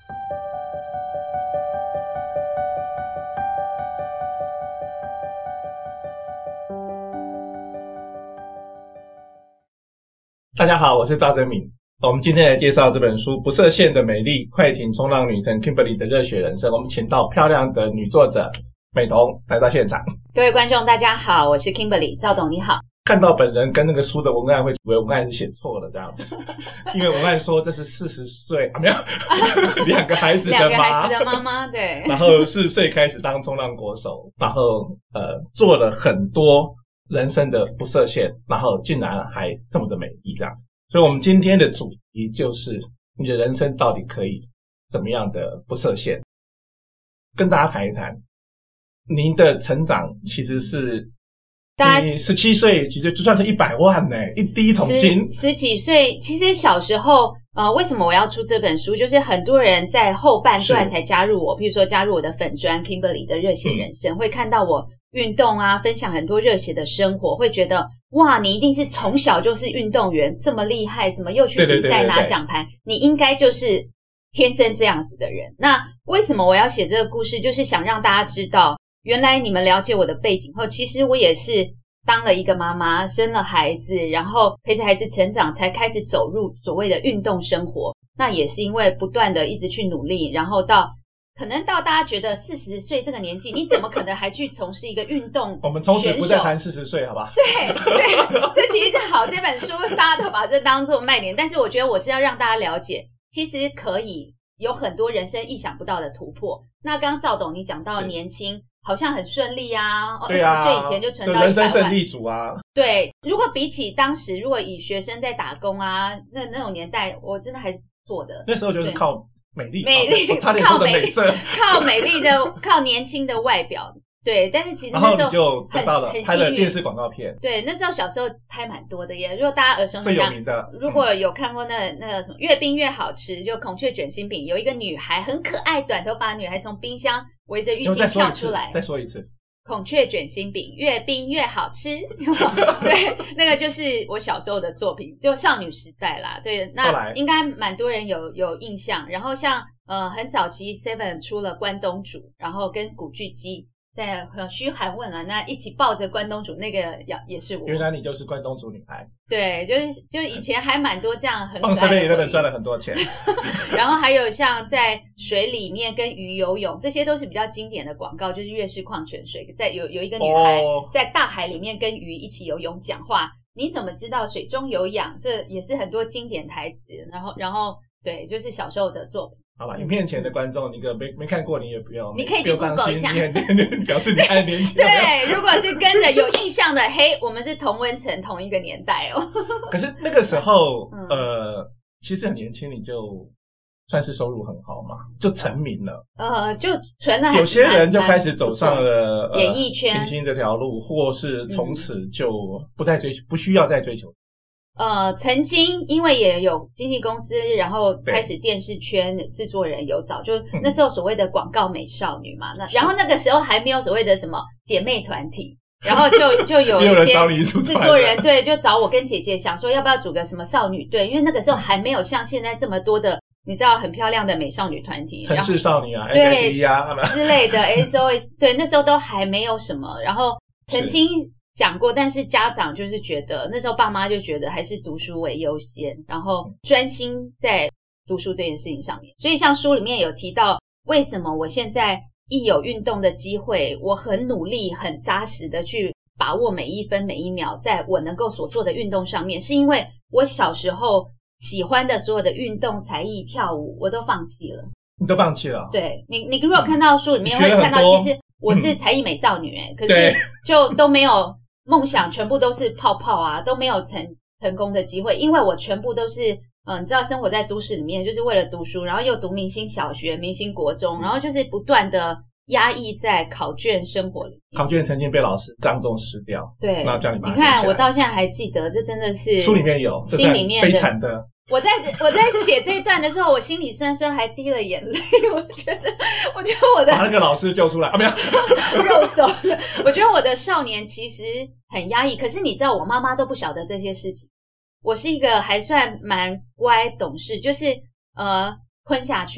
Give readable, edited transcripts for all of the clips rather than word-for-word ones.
大家好，我是赵哲敏。我们今天来介绍这本书《不设限的美丽：快艇冲浪女神 Kimberly 的热血人生》。我们请到漂亮的女作者美彤来到现场。 各位观众大家好，我是 Kimberly， 赵董你好。 看到本人跟那个书的文案会以为文案是写错了这样子，因为文案说这是40岁没有两个孩子的妈妈， 对， 然后4岁开始当冲浪国手，然后做了很多人生的不设限，然后竟然还这么的美丽这样。所以我们今天的主题就是你的人生到底可以怎么样的不设限，跟大家谈一谈。您的成长其实是你17岁其实就算是100万呢，第一桶金。 十几岁，其实小时候为什么我要出这本书，就是很多人在后半段才加入我，譬如说加入我的粉专 Kimberly 的热血人生，会看到我运动啊，分享很多热血的生活，会觉得哇，你一定是从小就是运动员，这么厉害，什么又去比赛拿奖牌，你应该就是天生这样子的人。那为什么我要写这个故事，就是想让大家知道，原来你们了解我的背景后，其实我也是当了一个妈妈，生了孩子，然后陪着孩子成长，才开始走入所谓的运动生活。那也是因为不断的一直去努力，然后可能到大家觉得40岁这个年纪，你怎么可能还去从事一个运动选手？ 我们从此不再谈40岁好吧？ 对，这其实好，这本书大家都把这当作卖点，但是我觉得我是要让大家了解，其实可以有很多人生意想不到的突破。那刚刚赵董你讲到年轻好像很顺利啊，20岁以前就存到100万， 人生胜利组啊。 对，如果比起当时，如果以学生在打工啊，那种年代，我真的还是做的。 那时候就是靠美丽， 靠美色，靠美丽的，靠年轻的外表。对，但是其实那时候就得到了拍了电视广告片。 对，那时候小时候拍蛮多的耶。如果大家耳熟能详， 最有名的， 如果有看过那个什么越冰越好吃，就孔雀卷心饼，有一个女孩很可爱，短头发女孩从冰箱围着浴巾跳出来。 再说一次。 孔雀卷心饼越冰越好吃。对，那个就是我小时候的作品，就少女时代啦。对，那应该蛮多人有印象。然后像很早期 Seven 出了关东煮，然后跟古巨基在嘘寒问暖，那一起抱着关东煮，那个也是我。 原来你就是关东煮女孩。 对，就是以前还蛮多这样很可爱的。 放7-11赚了很多钱。 然后还有像在水里面跟鱼游泳，这些都是比较经典的广告，就是悦氏矿泉水，在有一个女孩在大海里面跟鱼一起游泳讲话，你怎么知道水中有氧？这也是很多经典台词。然后对，就是小时候的作品。 好吧，影片前的观众，你没看过，你也不要， 你可以去 Google 一下， 表示你太年轻。 对，如果是跟着有印象的，嘿，我们是同温层同一个年代哦。 可是那个时候，其实很年轻，你就算是收入很好嘛，就成名了。 就存了。 有些人就开始走上了演艺圈、 明星这条路，或是从此就不需要再追求。 曾经因为也有经纪公司，然后开始电视圈制作人有找，就那时候所谓的广告美少女嘛，然后那个时候还没有所谓的什么姐妹团体，然后就有一些制作人对，就找我跟姐姐想说要不要组个什么少女队，因为那个时候还没有像现在这么多的你知道很漂亮的美少女团体， 城市少女啊 SID 啊之类的SOS 对，那时候都还没有什么，然后曾经讲过，但是家长就是觉得那时候爸妈就觉得还是读书为优先，然后专心在读书这件事情上面。所以像书里面有提到为什么我现在一有运动的机会，我很努力很扎实的去把握每一分每一秒在我能够所做的运动上面，是因为我小时候喜欢的所有的运动才艺跳舞我都放弃了。 你都放弃了？ 对，你如果看到书里面会看到其实我是才艺美少女可是就都没有梦想，全部都是泡泡啊，都没有成功的机会，因为我全部都是你知道生活在都市里面，就是为了读书，然后又读明星小学、明星国中，然后就是不断的压抑在考卷生活里。 考卷曾经被老师当众撕掉， 对， 然后叫你把它你看我到现在还记得，这真的是书里面有， 心里面悲惨的。 我在写这一段的时候，我心里酸酸还滴了眼泪。我觉得我的把那个老师救出来没有肉手。我觉得我的少年其实很压抑，可是你知道我妈妈都不晓得这些事情。我是一个还算蛮乖懂事，就是吞下去的。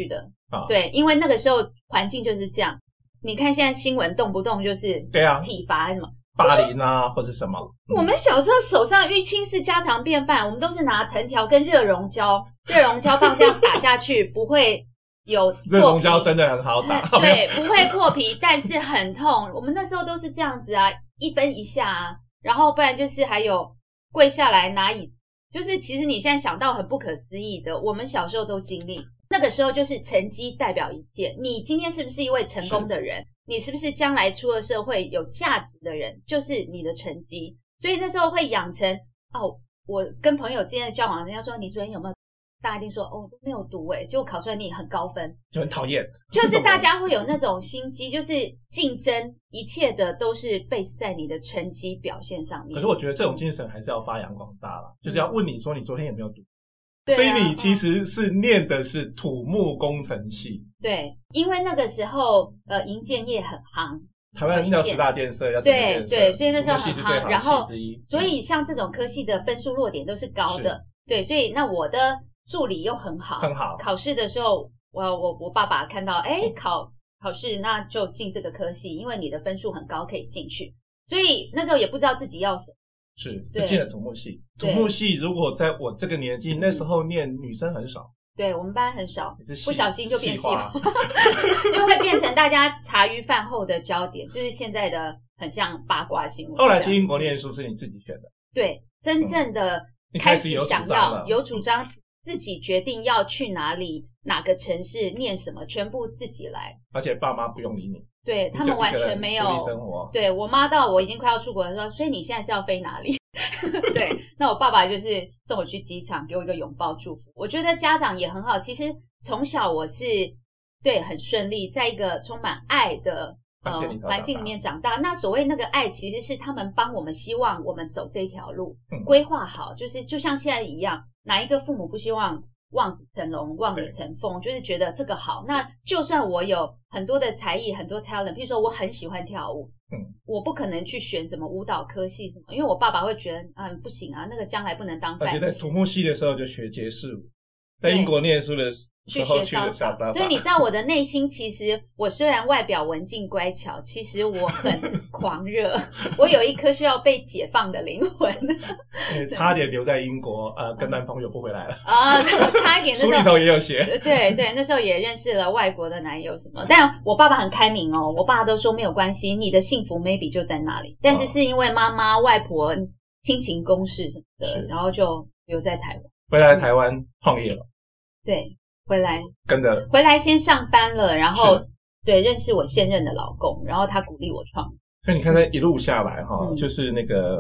对，因为那个时候环境就是这样。你看现在新闻动不动就是对啊体罚什么霸凌啊或是什么。 我们小时候手上淤青是家常便饭，我们都是拿藤条跟热熔胶棒这样打下去，不会有破皮。 热熔胶真的很好打， 对，不会破皮，但是很痛。我们那时候都是这样子啊，一分一下啊，然后不然就是还有跪下来拿椅，就是其实你现在想到很不可思议的，我们小时候都经历。那个时候就是成绩代表一切，你今天是不是一位成功的人，你是不是将来出了社会有价值的人，就是你的成绩。所以那时候会养成我跟朋友之间的交往，人家说你昨天有没有，大家一定说都没有读结果考出来你很高分， 就很讨厌。 就是大家会有那种心机，就是竞争，一切的都是 base 在你的成绩表现上面。 可是我觉得这种精神还是要发扬光大啦，就是要问你说你昨天有没有读。所以你其实是念的是土木工程系。 对，因为那个时候营建业很夯， 台湾要10大建设，要对对，所以那时候很夯。然后所以像这种科系的分数落点都是高的，对，所以那我的数理又很好，考试的时候我爸爸看到考试那就进这个科系，因为你的分数很高可以进去，所以那时候也不知道自己要什么。 是，就进了土木系。土木系如果在我这个年纪，那时候念女生很少。 对，我们班很少，不小心就变细化，就会变成大家茶余饭后的焦点，就是现在的很像八卦新闻。 后来去英国念书是你自己选的？ 对，真正的开始想要有主张，自己决定要去哪里，哪个城市念什么，全部自己来， 而且爸妈不用理你。 对，他们完全没有独立生活。 对，我妈到我已经快要出国了说，所以你现在是要飞哪里？对，那我爸爸就是送我去机场，给我一个拥抱祝福。我觉得家长也很好，其实从小我是很顺利，在一个充满爱的环境里面长大。那所谓那个爱，其实是他们帮我们，希望我们走这一条路，规划好，就是就像现在一样，哪一个父母不希望望子成龙、望女成凤，就是觉得这个好。那就算我有很多的才艺、很多 talent， 譬如说我很喜欢跳舞，我不可能去选什么舞蹈科系什么，因为我爸爸会觉得不行啊，那个将来不能当饭吃。 而且在土木系的时候就学爵士舞，在英国念书的时候去了小沙发。 所以你知道我的内心，其实我虽然外表文静乖巧，其实我很狂热，我有一颗需要被解放的灵魂。 差点留在英国，跟男朋友不回来了差一点。 书里头也有写。 对对，那时候也认识了外国的男友什么，但我爸爸很开明哦，我爸都说没有关系，你的幸福 maybe 就在那里。但是是因为妈妈、外婆亲情公事什么的，然后就留在台湾。 回来台湾创业了。 对。回来先上班了，然后认识我现任的老公，然后他鼓励我创业。 所以你看他一路下来就是那个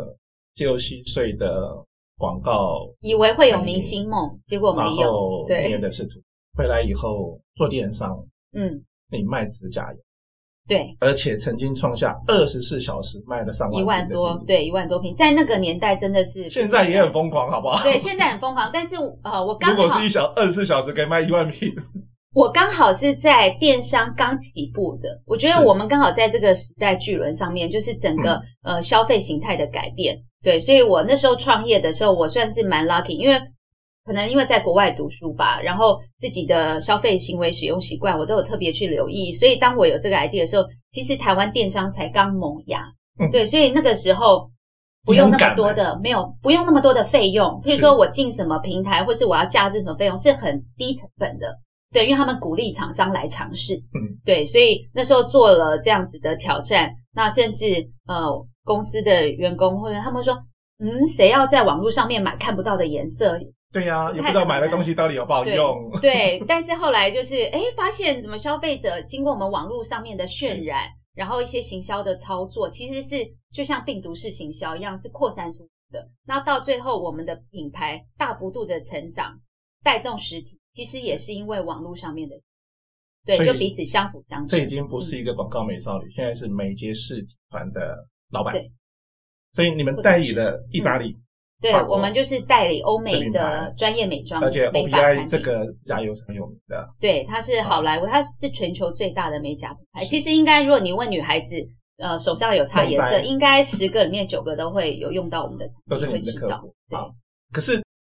6、7岁的广告， 以为会有明星梦，结果没有。 对，念的是土。回来以后做电商，你卖指甲油。 对， 而且曾经创下24小时卖了上万瓶 1万多，对，1万多瓶，在那个年代真的是。 现在也很疯狂，好不好？ 对，现在很疯狂，但是我刚好， 如果是24小时可以卖1万瓶， 我刚好是在电商刚起步的，我觉得我们刚好在这个时代巨轮上面，就是整个消费形态的改变，对，所以我那时候创业的时候，我算是蛮 lucky， 因为。可能因为在国外读书吧，然后自己的消费行为使用习惯我都有特别去留意，所以当我有这个 idea 的时候，其实台湾电商才刚萌芽，对，所以那个时候不用那么多的不用那么多的费用，譬如说我进什么平台或是我要架置什么费用是很低成本的，对，因为他们鼓励厂商来尝试，对，所以那时候做了这样子的挑战，那甚至公司的员工或者他们说谁要在网络上面买看不到的颜色？ 对呀，也不知道买的东西到底有不好用。 对，但是后来就是发现怎么消费者经过我们网络上面的渲染，然后一些行销的操作，其实是就像病毒式行销一样，是扩散出去的。那到最后我们的品牌大幅度的成长，带动实体，其实也是因为网络上面的，对，就彼此相辅相成。 这已经不是一个广告美少女，现在是美捷士集团的老板。 对， 所以你们代理了意大利。 对，我们就是代理欧美的专业美妆， 而且 OPI 这个指甲油是很有名的。 对，它是好莱坞，它是全球最大的美甲品牌。其实应该，如果你问女孩子，手上有擦颜色，应该10个里面9个都会有用到我们的产品， 都是你们的客户。对，可是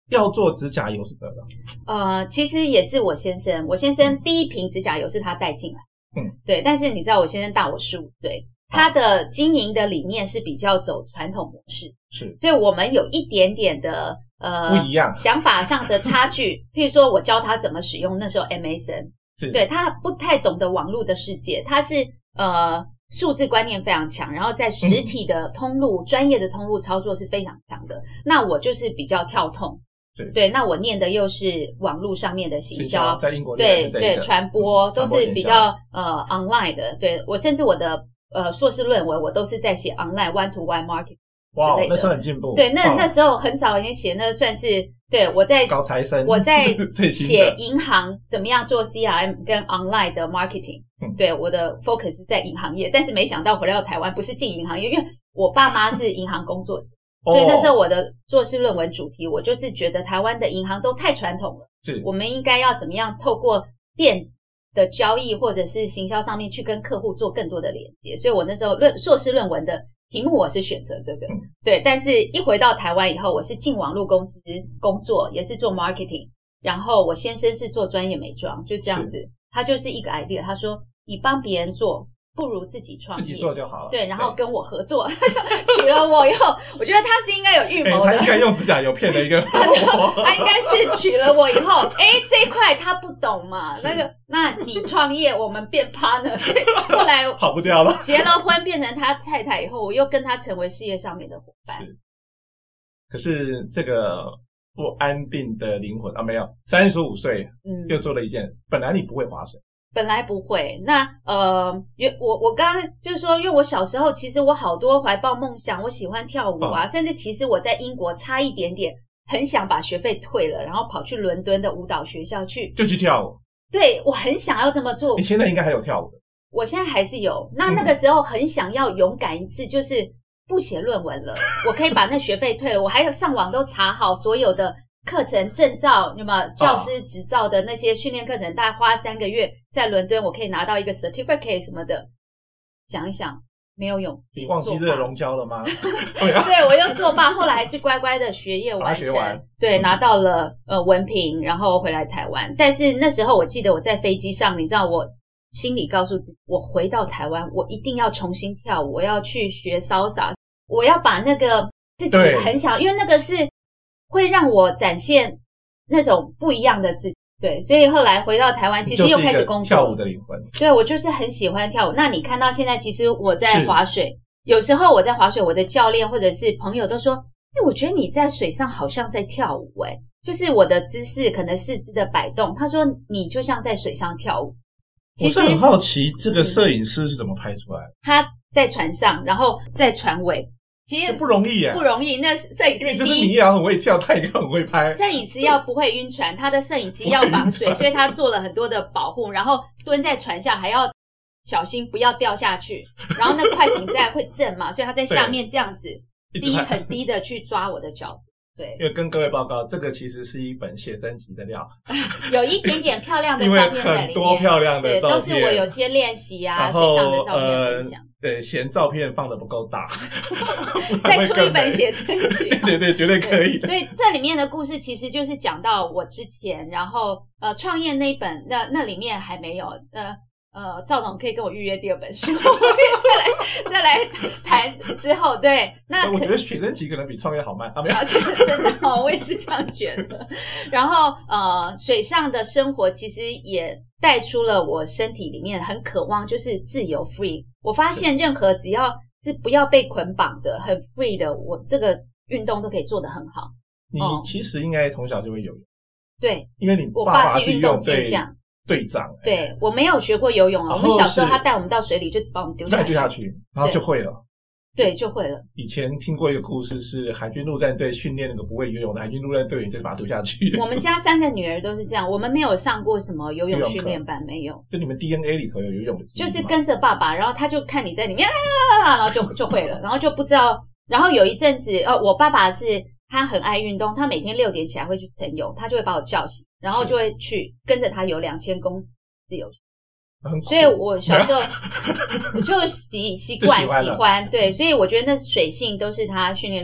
要做指甲油是这个？其实也是我先生第一瓶指甲油是他带进来。对，但是你知道我先生大我15岁，他的经营的理念是比较走传统模式， 是， 所以我们有一点点的不一样想法上的差距。譬如说我教他怎么使用那时候 MSN， 对，他不太懂得网络的世界，他是数字观念非常强，然后在实体的通路、专业的通路操作是非常强的。那我就是比较跳痛。对，那我念的又是网络上面的行销， 在英国对传播都是比较online 的。对，我甚至我的硕士论文我都是在写 online one to one marketing。 哇，那时候很进步。 对，那时候很早已经写，那算是对我在高材生， 我在写银行怎么样做 CRM 跟 online 的 marketing。对，我的 focus 是在银行业，但是没想到回到台湾不是进银行业，因为我爸妈是银行工作者。所以那时候我的硕士论文主题，我就是觉得台湾的银行都太传统了，我们应该要怎么样透过电子的交易或者是行销上面去跟客户做更多的连接。所以我那时候硕士论文的题目我是选择这个。对，但是一回到台湾以后，我是进网络公司工作，也是做 marketing， 然后我先生是做专业美妆，就这样子。他就是一个 idea， 他说你帮别人做不如自己创业， 自己做就好了。 对，然后跟我合作，他就娶了我以后，我觉得他是应该有预谋的。 他应该用指甲油骗了一个他应该是娶了我以后，这一块他不懂嘛，那你创业，我们变 partner， 所以后来跑不掉了。 结了婚变成他太太以后，我又跟他成为事业上面的伙伴。 可是这个不安定的灵魂没有，35岁，又做了一件本来你不会划水。 本来不会，那我刚刚就是说，因为我小时候其实我好多怀抱梦想，我喜欢跳舞啊，甚至其实我在英国差一点点很想把学费退了，然后跑去伦敦的舞蹈学校去跳舞。对，我很想要这么做。 你现在应该还有跳舞的？ 我现在还是有。那个时候很想要勇敢一次，就是不写论文了，我可以把那学费退了，我还有上网都查好所有的课程证照，那么教师执照的那些训练课程，大概花3个月在伦敦，我可以拿到一个 certificate 什么的。想一想，没有勇气。 你忘记热熔胶了吗？ 对，我又作罢，后来还是乖乖的学业完成，对，拿到了文凭，然后回来台湾。但是那时候我记得我在飞机上，你知道我心里告诉自己，我回到台湾，我一定要重新跳舞，我要去学salsa，我要把那个自己很想，因为那个是会让我展现那种不一样的自己。对，所以后来回到台湾，其实又开始工作。 跳舞的灵魂。 对，我就是很喜欢跳舞。那你看到现在，其实我在滑水，有时候我在滑水，我的教练或者是朋友都说：“我觉得你在水上好像在跳舞。”就是我的姿势，可能四肢的摆动。他说你就像在水上跳舞。 我是很好奇，这个摄影师是怎么拍出来的？ 他在船上，然后在船尾。其实不容易耶， 不容易。那摄影师因为就是你也要很会跳，他也要很会拍。 摄影师要不会晕船，他的摄影机要防水，所以他做了很多的保护，然后蹲在船下还要小心不要掉下去。然后那快艇在会震嘛，所以他在下面这样子低很低的去抓我的脚。对， 因为跟各位报告，这个其实是一本写真集的料， 有一点点漂亮的照片在里面， 因为很多漂亮的照片， 都是我有些练习啊，水上的照片分享。 对，嫌照片放的不够大， 再出一本写真集。 对，绝对可以。 所以这里面的故事其实就是讲到我之前，然后创业那一本，那里面还没有赵总可以跟我预约第2本书，我可以再来谈之后。对，那我觉得写真集可能比创业好卖，没有， 真的我也是这样觉得。然后水上的生活其实也带出了我身体里面很渴望就是自由 free。我发现任何只要是不要被捆绑的很 free 的，我这个运动都可以做得很好。 你其实应该从小就会游泳。 对， 因为你我爸是运动健将。 队长。 对，我没有学过游泳啊。我们小时候他带我们到水里就把我们丢下去， 然后就会了。 对，就会了。 以前听过一个故事，是海军陆战队训练那个不会游泳的海军陆战队员，就是把他丢下去。 我们家3个女儿都是这样，我们没有上过什么游泳训练班，没有。 就你们 DNA 里头有游泳的， 就是跟着爸爸，然后他就看你在里面然后就会了，然后就不知道。然后有一阵子，我爸爸是他很爱运动，他每天6点起来会去晨泳，他就会把我叫醒，然后就会去跟着他游2000公尺自由。所以我小时候就习惯喜欢，对，所以我觉得那水性都是他训练出来。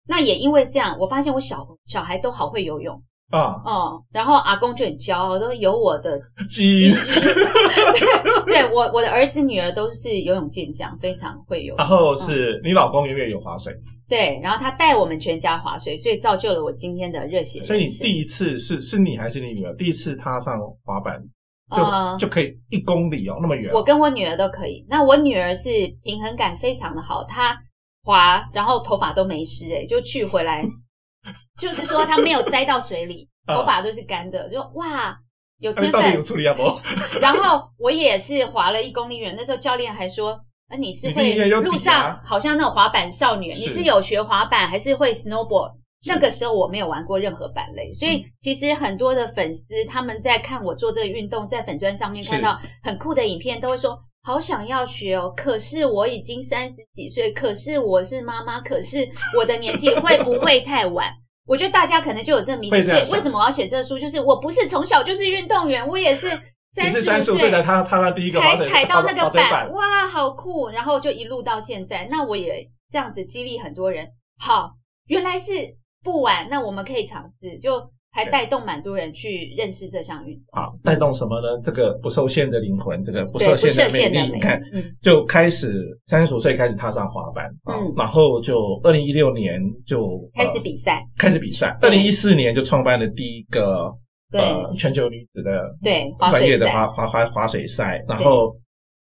那也因为这样，我发现我小孩都好会游泳啊， 然后阿公就很骄傲，都有我的基因。 对，我的儿子女儿都是游泳健将，非常会游泳。 然后是你老公因为有划水， 对，然后他带我们全家划水，所以造就了我今天的热血人生。 所以你第一次是你还是你女儿第一次踏上滑板就可以1公里那么远？ 我跟我女儿都可以。那我女儿是平衡感非常的好，她滑然后头发都没湿就去回来就是说她没有栽到水里头发都是干的，就哇有天分。 到底有处理不？ 然后我也是滑了1公里远，那时候教练还说你是会路上好像那种滑板少女，你是有学滑板还是会 snowboard？ 那个时候我没有玩过任何板类，所以其实很多的粉丝他们在看我做这个运动，在粉专上面看到很酷的影片，都会说好想要学哦，可是我已经30几岁，可是我是妈妈，可是我的年纪会不会太晚？我觉得大家可能就有这迷思，所以为什么我要写这个书？就是我不是从小就是运动员，我也是35岁才踏第一个才踩到那个板，哇，好酷！然后就一路到现在，那我也这样子激励很多人。好，原来是不晚，那我们可以尝试，就还带动蛮多人去认识这项运动。 好，带动什么呢？这个不受限的灵魂，这个不受限的魅力，你看，就开始35岁开始踏上滑板，然后就2016年就开始比赛 ，2014年就创办了第一个全球女子的专业的滑水赛，然后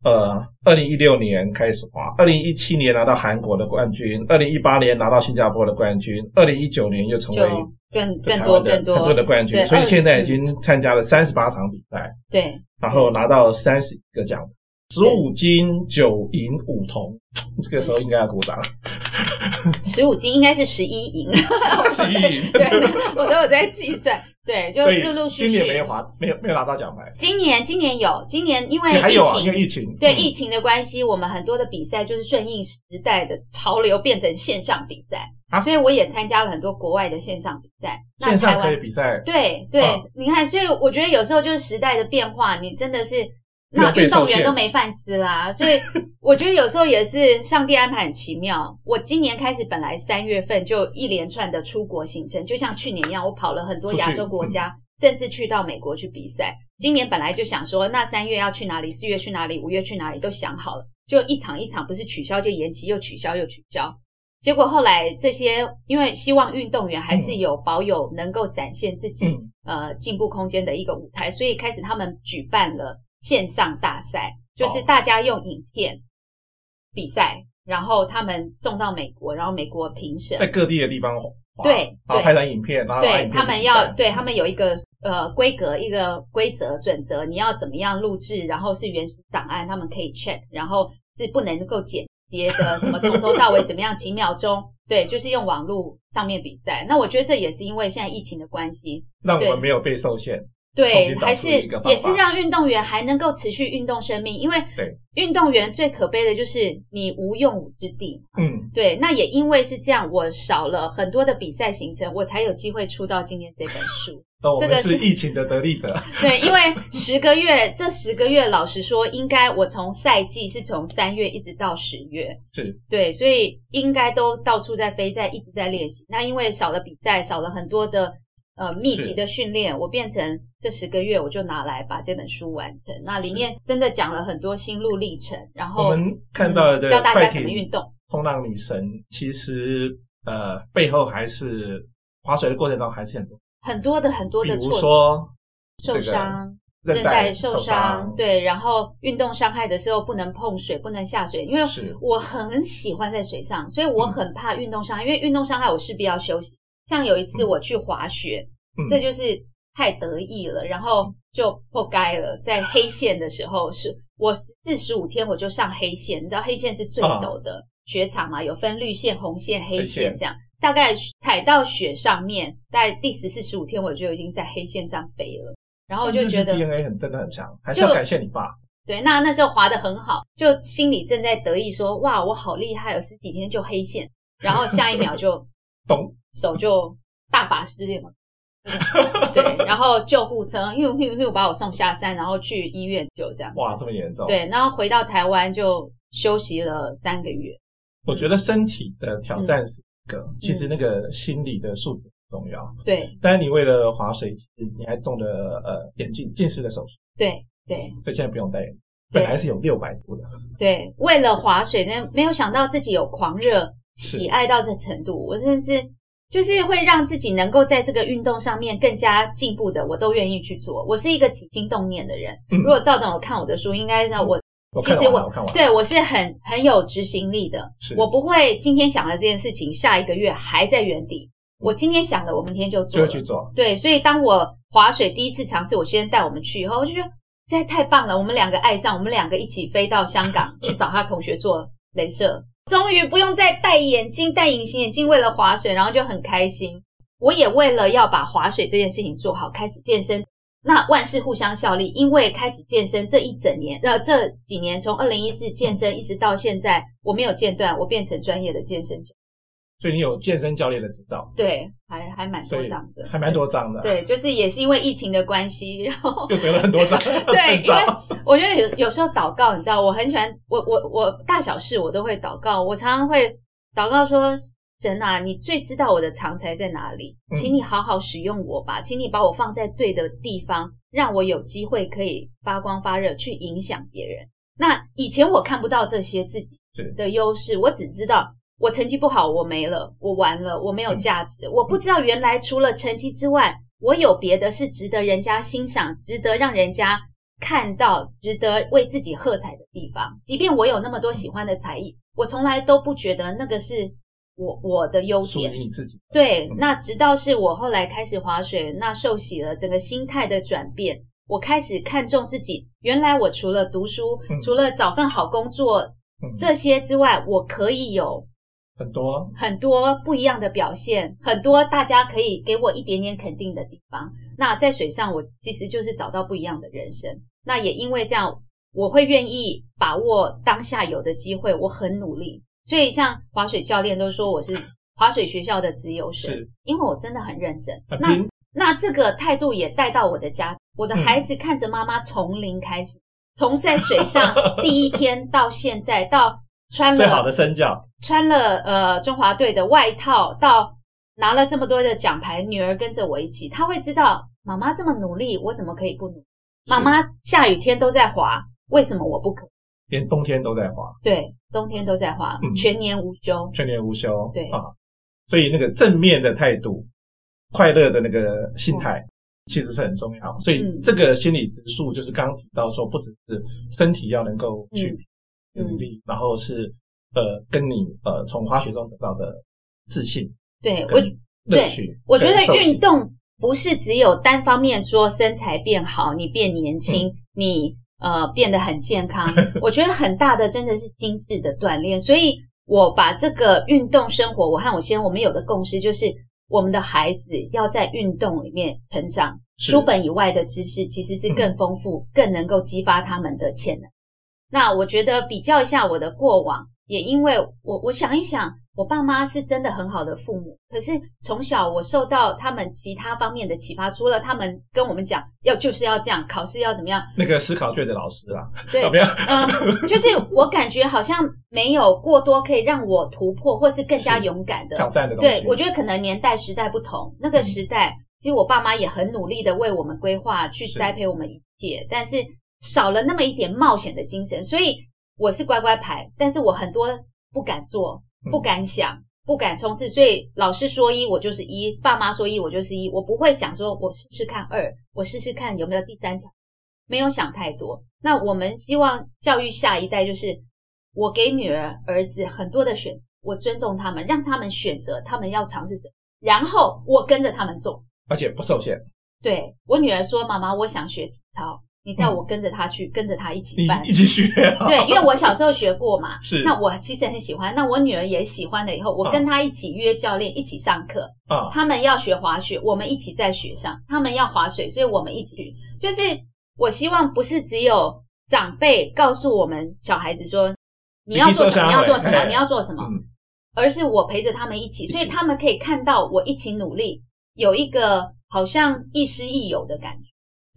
2016年开始滑，2017年拿到韩国的冠军，2018年拿到新加坡的冠军，2019年又成为更多的冠军，所以现在已经参加了38场比赛， 对， 然后拿到31个奖，15金9银5铜，这个时候应该要鼓掌。 15金应该是11银 ，11银， 对，我都有在计算。对，就陆陆续续。 今年没有拿到奖牌。 今年有，今年因为疫情，对疫情的关系，我们很多的比赛就是顺应时代的潮流变成线上比赛，所以我也参加了很多国外的线上比赛。 线上可以比赛。 对，你看，所以我觉得有时候就是时代的变化，你真的是那运动员都没饭吃啦，所以我觉得有时候也是上帝安排很奇妙。我今年开始本来3月份就一连串的出国行程，就像去年一样，我跑了很多亚洲国家，甚至去到美国去比赛。今年本来就想说，那3月要去哪里，4月去哪里，5月去哪里都想好了，就一场一场不是取消就延期，又取消。结果后来这些，因为希望运动员还是保有能够展现自己进步空间的一个舞台，所以开始他们举办了线上大赛，就是大家用影片比赛，然后他们送到美国，然后美国评审在各地的地方对， 然后拍成影片，然后对他们有一个规格，一个规则准则，你要怎么样录制，然后是原始档案，他们可以 check， 然后是不能够剪接的，什么从头到尾怎么样几秒钟，对，就是用网络上面比赛。那我觉得这也是因为现在疫情的关系， 让我们没有被受限。 对，还是也是让运动员还能够持续运动生命，因为运动员最可悲的就是你无用武之地。对，那也因为是这样，我少了很多的比赛行程，我才有机会出到今天这本书。 我们是疫情的得利者。 对，因为这10个月，老实说，应该我从赛季是从3月一直到10月， 是对，所以应该都到处在飞，一直在练习。那因为少了比赛，少了很多的密集的训练，我变成这10个月我就拿来把这本书完成。那里面真的讲了很多心路历程，然后我们看到的教大家怎么运动。 冲浪女神其实背后还是滑水的过程中还是很多的挫折，比如说受伤、韧带受伤，对，然后运动伤害的时候不能碰水，不能下水，因为我很喜欢在水上，所以我很怕运动伤害，因为运动伤害我势必要休息。像有一次我去滑雪，这就是太得意了，然后就破该了。在黑线的时候，是我45天我就上黑线，你知道黑线是最陡的雪场嘛，有分绿线、红线、黑线这样。大概踩到雪上面，大概第14、15天我就已经在黑线上飞了，然后我就觉得 DNA 真的很强，还是要感谢你爸。 对，那时候滑得很好，就心里正在得意说，哇，我好厉害，有10几天就黑线，然后下一秒就咚， 手就大法师了嘛。对，然后救护车把我送下山，然后去医院就这样。 哇，这么严重。 对，然后回到台湾就休息了3个月。 我觉得身体的挑战是个，其实那个心理的素质很重要。 对， 当然你为了滑水，其实你还动了眼镜近视的手术。 对对， 所以现在不用戴眼镜，本来是有600度的。 对，为了滑水，没有想到自己有狂热喜爱到这程度，我甚至就是会让自己能够在这个运动上面更加进步的，我都愿意去做。我是一个起心动念的人。如果赵董有看我的书，应该知道其实我看完对我是很有执行力的。我不会今天想了这件事情，下一个月还在原地。我今天想了，我明天就做了， 就去做。 对，所以当我滑水第一次尝试，我先带我们去以后，我就觉得实在太棒了。我们2个爱上，我们2个一起飞到香港去找他同学做雷射，终于不用再戴眼镜、戴隐形眼镜，为了滑水，然后就很开心。我也为了要把滑水这件事情做好，开始健身。那万事互相效力，因为开始健身这一整年，这几年从2014健身一直到现在，我没有间断，我变成专业的健身教练。 所以你有健身教练的执照？ 对，还蛮多张的， 还蛮多张的。 对，就是也是因为疫情的关系，然后就得了很多张。 对，因为我觉得有时候祷告，你知道，我很喜欢，我大小事我都会祷告，我常常会祷告说，神啊，你最知道我的长才在哪里，请你好好使用我吧，请你把我放在对的地方，让我有机会可以发光发热，去影响别人。那以前我看不到这些自己的优势，我只知道我成绩不好，我没了，我完了，我没有价值。我不知道原来除了成绩之外，我有别的是值得人家欣赏，值得让人家看到，值得为自己喝彩的地方。即便我有那么多喜欢的才艺，我从来都不觉得那个是我的优点。 属于你自己。对， 那直到是我后来开始滑水，那受洗了，整个心态的转变，我开始看重自己。原来我除了读书，除了找份好工作，这些之外，我可以有很多不一样的表现，很多大家可以给我一点点肯定的地方。那在水上，我其实就是找到不一样的人生。那也因为这样，我会愿意把握当下有的机会，我很努力。所以像滑水教练都说我是滑水学校的资优生，因为我真的很认真。那这个态度也带到我的家，我的孩子看着妈妈从零开始，从在水上第一天到现在，到穿了最好的身教， 穿了中华队的外套，到拿了这么多的奖牌，女儿跟着我一起，她会知道妈妈这么努力，我怎么可以不努力？妈妈下雨天都在滑，为什么我不可以？ 连冬天都在滑。 对，冬天都在滑，全年无休。 全年无休。 对啊，所以那个正面的态度，快乐的那个心态，其实是很重要。所以这个心理指数就是刚刚提到说，不只是身体要能够去努力，然后是跟你从滑雪中得到的自信， 对， 乐趣。 我觉得运动不是只有单方面说身材变好，你变年轻，你变得很健康。我觉得很大的真的是心智的锻炼。所以我把这个运动生活，我和我先生我们有的共识就是，我们的孩子要在运动里面成长，书本以外的知识其实是更丰富，更能够激发他们的潜能。那我觉得比较一下我的过往，也因为我想一想，我爸妈是真的很好的父母，可是从小我受到他们其他方面的启发，除了他们跟我们讲就是要这样，考试要怎么样，那个思考卷的老师啦， 对，就是我感觉好像没有过多可以让我突破或是更加勇敢的挑战的东西。 对，我觉得可能年代时代不同，那个时代其实我爸妈也很努力的为我们规划，去栽培我们一切，但是少了那么一点冒险的精神。所以我是乖乖牌，但是我很多不敢做，不敢想，不敢冲刺。所以老师说一我就是一，爸妈说一我就是一，我不会想说我试试看二，我试试看有没有第三条，没有想太多。那我们希望教育下一代，就是我给女儿儿子很多的选择，我尊重他们，让他们选择他们要尝试什么，然后我跟着他们做， 而且不受限。 对，我女儿说妈妈我想学体操，你叫我跟着他去，跟着他一起办， 一起学对，因为我小时候学过嘛， 是。 那我其实很喜欢，那我女儿也喜欢了以后，我跟她一起约教练，一起上课。他们要学滑雪，我们一起在雪上；他们要滑水，所以我们一起去。就是我希望不是只有长辈告诉我们小孩子说你要做什么，你要做什么，你要做什么，而是我陪着他们一起，所以他们可以看到我一起努力，有一个好像亦师亦友的感觉。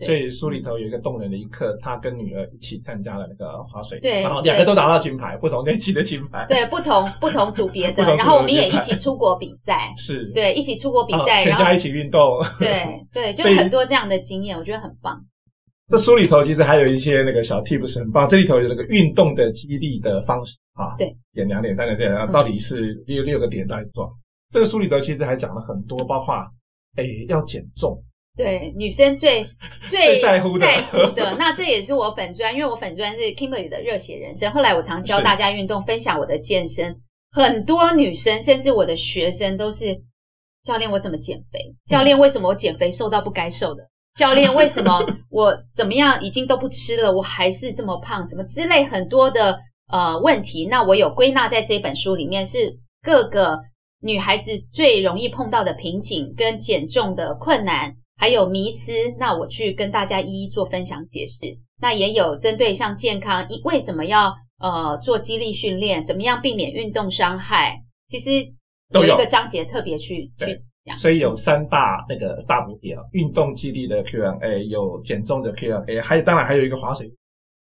所以书里头有一个动人的一刻，他跟女儿一起参加了那个滑水， 对， 然后两个都拿到金牌，不同年级的金牌， 对，不同组别的，然后我们也一起出国比赛， 是， 对，一起出国比赛， 全家一起运动， 对，就很多这样的经验，我觉得很棒。 这书里头其实还有一些那个小 tips 很棒，这里头有那个运动的激励的方式啊， 对， 点2点3点，到底是6个点在做。这个书里头其实还讲了很多，包括要减重。 对，女生最在乎的那这也是我粉专，因为我粉专是 Kimberly 的热血人生，后来我常教大家运动，分享我的健身，很多女生甚至我的学生都是，教练我怎么减肥？教练为什么我减肥瘦到不该瘦的？教练为什么我怎么样已经都不吃了，我还是这么胖？什么之类很多的问题，那我有归纳在这本书里面，是各个女孩子最容易碰到的瓶颈跟减重的困难。还有迷思，那我去跟大家一一做分享解释。那也有针对像健康，为什么要做肌力训练，怎么样避免运动伤害，其实有一个章节特别去讲。 所以有3大那个大主题啊，运动肌力的 Q&A， 有减重的 Q&A， 当然还有一个滑水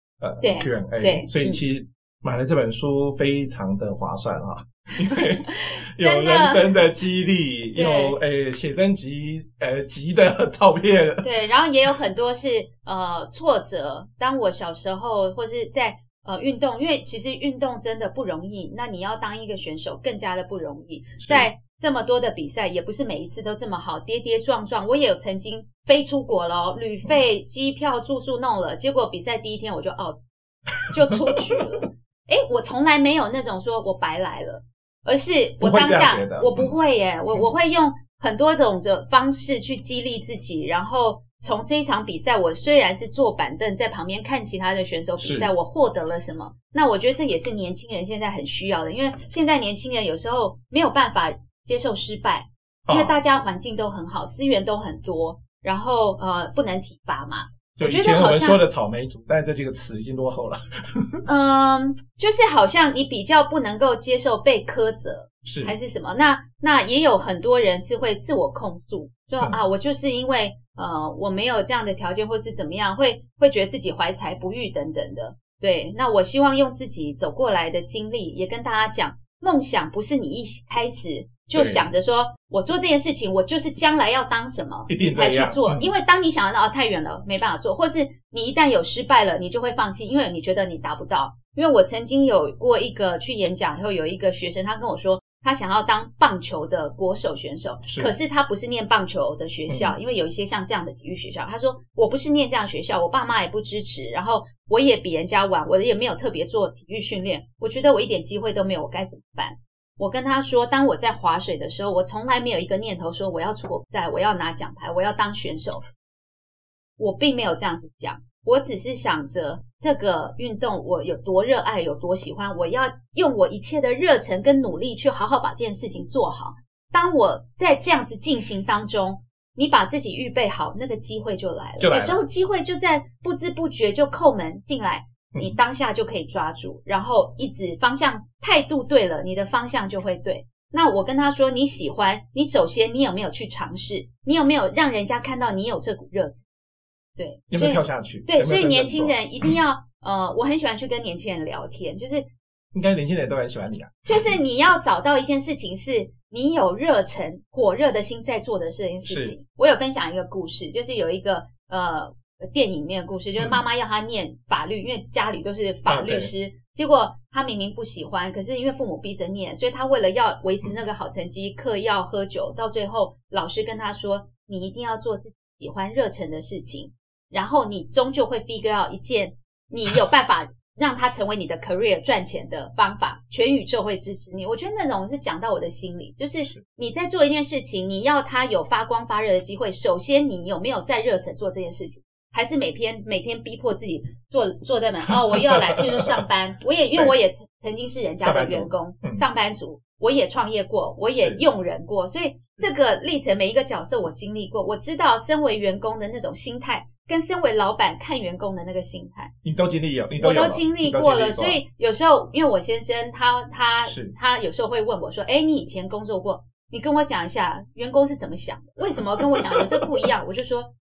Q&A。对，所以其实买了这本书非常的划算啊。因为有人生的激励，有写真集的照片， 对，然后也有很多是挫折。当我小时候或是在运动，因为其实运动真的不容易，那你要当一个选手更加的不容易。在这么多的比赛，也不是每一次都这么好，跌跌撞撞。我也有曾经飞出国了，旅费、机票、住宿弄了，结果比赛第一天我就就出局了。我从来没有那种说我白来了。而是我当下我不会耶，我会用很多种的方式去激励自己，然后从这一场比赛，我虽然是坐板凳在旁边看其他的选手比赛，我获得了什么？那我觉得这也是年轻人现在很需要的，因为现在年轻人有时候没有办法接受失败，因为大家环境都很好，资源都很多，然后不能体罚嘛。 就以前我们说的草莓族，但这几个词已经落后了。 就是好像你比较不能够接受被苛责，还是什么？那也有很多人是会自我控诉，说我就是因为我没有这样的条件，或是怎么样，会觉得自己怀才不遇等等的。对，那我希望用自己走过来的经历，也跟大家讲，梦想不是你一开始就想着说我做这件事情我就是将来要当什么你才去做，因为当你想到太远了没办法做，或是你一旦有失败了你就会放弃，因为你觉得你达不到。因为我曾经有过一个去演讲以后，有一个学生他跟我说他想要当棒球的国手选手，可是他不是念棒球的学校，因为有一些像这样的体育学校，他说我不是念这样的学校，我爸妈也不支持，然后我也比人家晚，我也没有特别做体育训练，我觉得我一点机会都没有，我该怎么办？我跟他说，当我在滑水的时候，我从来没有一个念头说我要出国比赛，我要拿奖牌，我要当选手，我并没有这样子想，我只是想着这个运动我有多热爱，有多喜欢，我要用我一切的热忱跟努力去好好把这件事情做好。当我在这样子进行当中，你把自己预备好，那个机会就来了。有时候机会就在不知不觉就叩门进来，你当下就可以抓住，然后一直方向态度对了，你的方向就会对。那我跟他说你喜欢，你首先你有没有去尝试，你有没有让人家看到你有这股热忱，对， 有没有跳下去？ 对，所以年轻人一定要我很喜欢去跟年轻人聊天，就是应该年轻人都很喜欢你啊， 就是你要找到一件事情是你有热忱火热的心在做的这件事情。我有分享一个故事，就是有一个电影里面的故事，就是妈妈要他念法律，因为家里都是法律师，结果他明明不喜欢，可是因为父母逼着念，所以他为了要维持那个好成绩，嗑药喝酒，到最后老师跟他说你一定要做自己喜欢热忱的事情，然后你终究会 figure out 一件你有办法让它成为你的 career 赚钱的方法，全宇宙会支持你。我觉得那种是讲到我的心里，就是你在做一件事情，你要它有发光发热的机会，首先你有没有在热忱做这件事情，还是每天逼迫自己坐在门我又要来譬如说上班，因为我也曾经是人家的员工上班族，我也创业过，我也用人过，所以这个历程每一个角色我经历过，我知道身为员工的那种心态跟身为老板看员工的那个心态， 你都经历了， 我都经历过了。所以有时候因为我先生他有时候会问我说你以前工作过，你跟我讲一下员工是怎么想的，为什么跟我想有时候不一样，我就说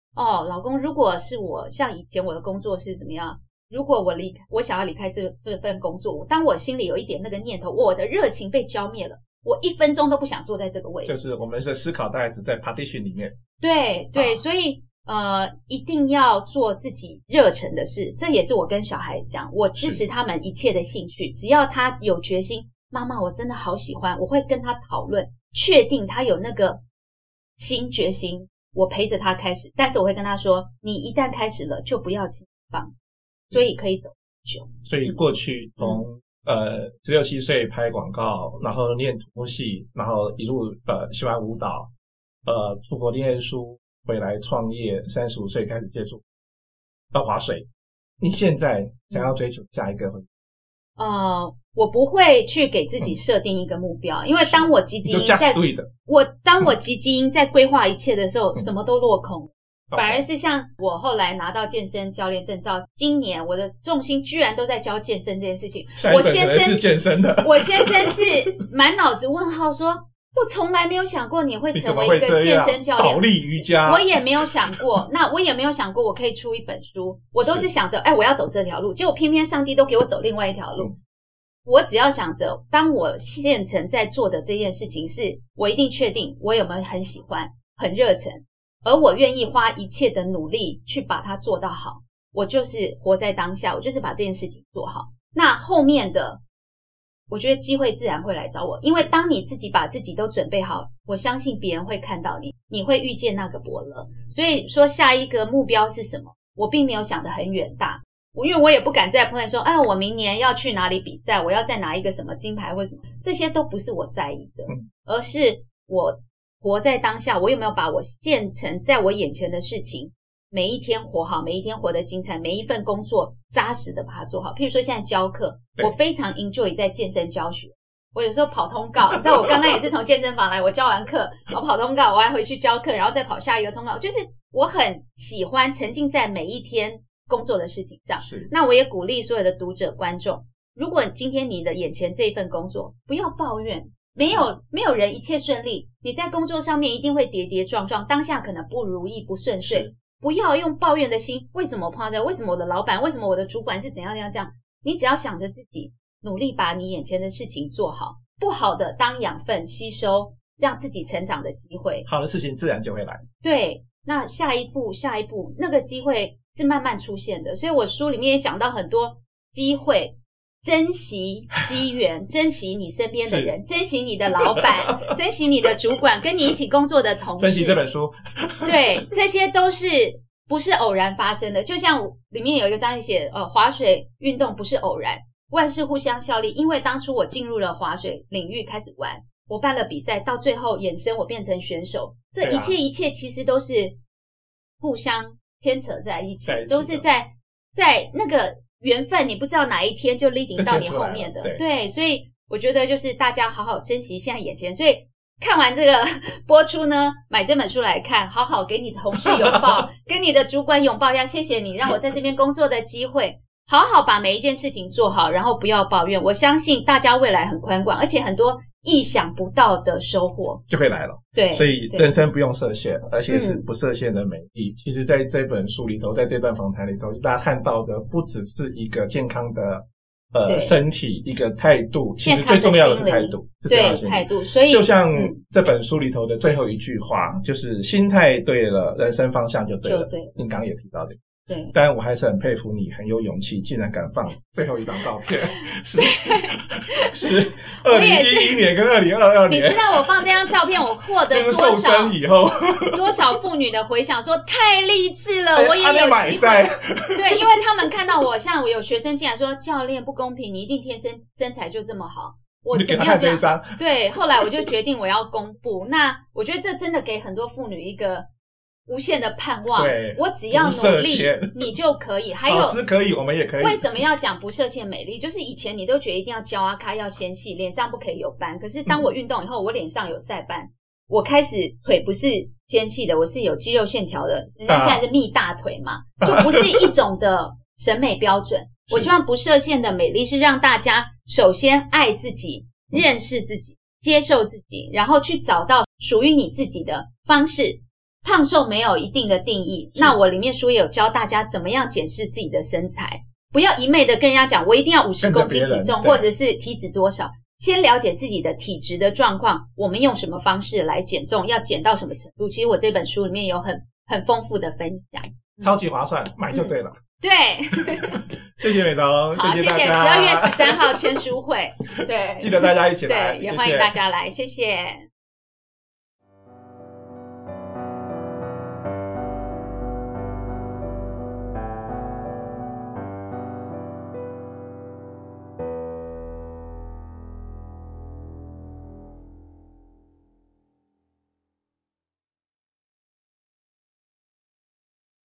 哦，老公，如果是我，像以前我的工作是怎么样？如果我想要离开这份工作，当我心里有一点那个念头，我的热情被浇灭了，我1分钟都不想坐在这个位置。 就是我们的思考大概只在 partition 里面。 对对，所以一定要做自己热忱的事，这也是我跟小孩讲，我支持他们一切的兴趣，只要他有决心，妈妈我真的好喜欢，我会跟他讨论，确定他有那个决心，我陪着他开始，但是我会跟他说，你一旦开始了就不要轻易放，所以可以走久。 所以过去从16、17岁拍广告，然后念土木系，然后一路喜欢舞蹈，出国念书，回来创业，35岁开始接触滑水。你现在想要追求下一个会？ 我不会去给自己设定一个目标，因为当我积极在规划一切的时候，什么都落空。反而是像我后来拿到健身教练证照，今年我的重心居然都在教健身这件事情。 我先生是健身的， 我先生是满脑子问号说，我从来没有想过你会成为一个健身教练， 倒立瑜伽， 我也没有想过。那我也没有想过我可以出一本书，我都是想着，我要走这条路，结果偏偏上帝都给我走另外一条路。我只要想着，当我现成在做的这件事情是我一定确定我有没有很喜欢、很热忱，而我愿意花一切的努力去把它做到好，我就是活在当下，我就是把这件事情做好。那后面的我觉得机会自然会来找我，因为当你自己把自己都准备好，我相信别人会看到你，你会遇见那个伯乐。所以说下一个目标是什么，我并没有想得很远大，因为我也不敢在 plan 说我明年要去哪里比赛，我要再拿一个什么金牌或什么，这些都不是我在意的，而是我活在当下，我有没有把我现成在我眼前的事情每一天活好，每一天活得精彩，每一份工作扎实的把它做好。譬如说现在教课，我非常 enjoy 在健身教学，我有时候跑通告，你知道我刚刚也是从健身房来，我教完课我跑通告，我还回去教课，然后再跑下一个通告，就是我很喜欢沉浸在每一天工作的事情上。那我也鼓励所有的读者观众，如果今天你的眼前这一份工作，不要抱怨，没有人一切顺利，你在工作上面一定会跌跌撞撞，当下可能不如意不顺遂，不要用抱怨的心，为什么我碰到这，为什么我的老板，为什么我的主管是怎样这样，你只要想着自己努力把你眼前的事情做好，不好的当养分吸收，让自己成长的机会， 好的事情自然就会来。 对，那下一步那个机会是慢慢出现的。所以我书里面也讲到很多机会，珍惜机缘，珍惜你身边的人，珍惜你的老板，珍惜你的主管，跟你一起工作的同事， 珍惜这本书。 对，这些都是不是偶然发生的。就像里面有一个章节写滑水运动不是偶然，万事互相效力。因为当初我进入了滑水领域开始玩，我办了比赛，到最后衍生我变成选手，这一切其实都是互相牵扯在一起，都是在那个缘分，你不知道哪一天就 leading 到你后面的。对，所以我觉得就是大家好好珍惜现在眼前。所以看完这个播出呢，买这本书来看，好好给你的同事拥抱，跟你的主管拥抱一下，谢谢你让我在这边工作的机会，好好把每一件事情做好，然后不要抱怨。我相信大家未来很宽广，而且很多意想不到的收获就会来了。对，所以人生不用设限，而且是不设限的美丽。其实在这本书里头，在这段访谈里头，大家看到的不只是一个健康的身体，一个态度，其实最重要的是态度， 对，态度。所以就像这本书里头的最后一句话，就是心态对了，人生方向就对了。您刚刚也提到的。 对， 当然我还是很佩服你，很有勇气，竟然敢放最后一张照片，是2011年跟2022年。 你知道我放这张照片，我获得就是瘦身以后多少妇女的回响，说太励志了，我也有机会。对，因为他们看到我，像我有学生进来说，教练不公平，你一定天生身材就这么好。我怎么样这样？对，后来我就决定我要公布。那我觉得这真的给很多妇女一个无限的盼望，我只要努力，你就可以。还有老师可以，我们也可以。 为什么要讲不设限美丽？就是以前你都觉得一定要胶啊咖，要纤细，脸上不可以有斑。可是当我运动以后，我脸上有晒斑，我开始腿不是纤细的，我是有肌肉线条的。人家现在是蜜大腿嘛，就不是一种的审美标准。我希望不设限的美丽是让大家首先爱自己，认识自己，接受自己，然后去找到属于你自己的方式。 胖瘦没有一定的定义，那我里面书也有教大家怎么样检视自己的身材，不要一昧的跟人家讲我一定要50公斤体重或者是体脂多少，先了解自己的体质的状况，我们用什么方式来减重，要减到什么程度，其实我这本书里面有很丰富的分享， 超级划算，买就对了。 对， 谢谢美彤， 好，谢谢。 谢大家。 12月13号签书会，对， 记得大家一起来， 对，也欢迎大家来，谢谢。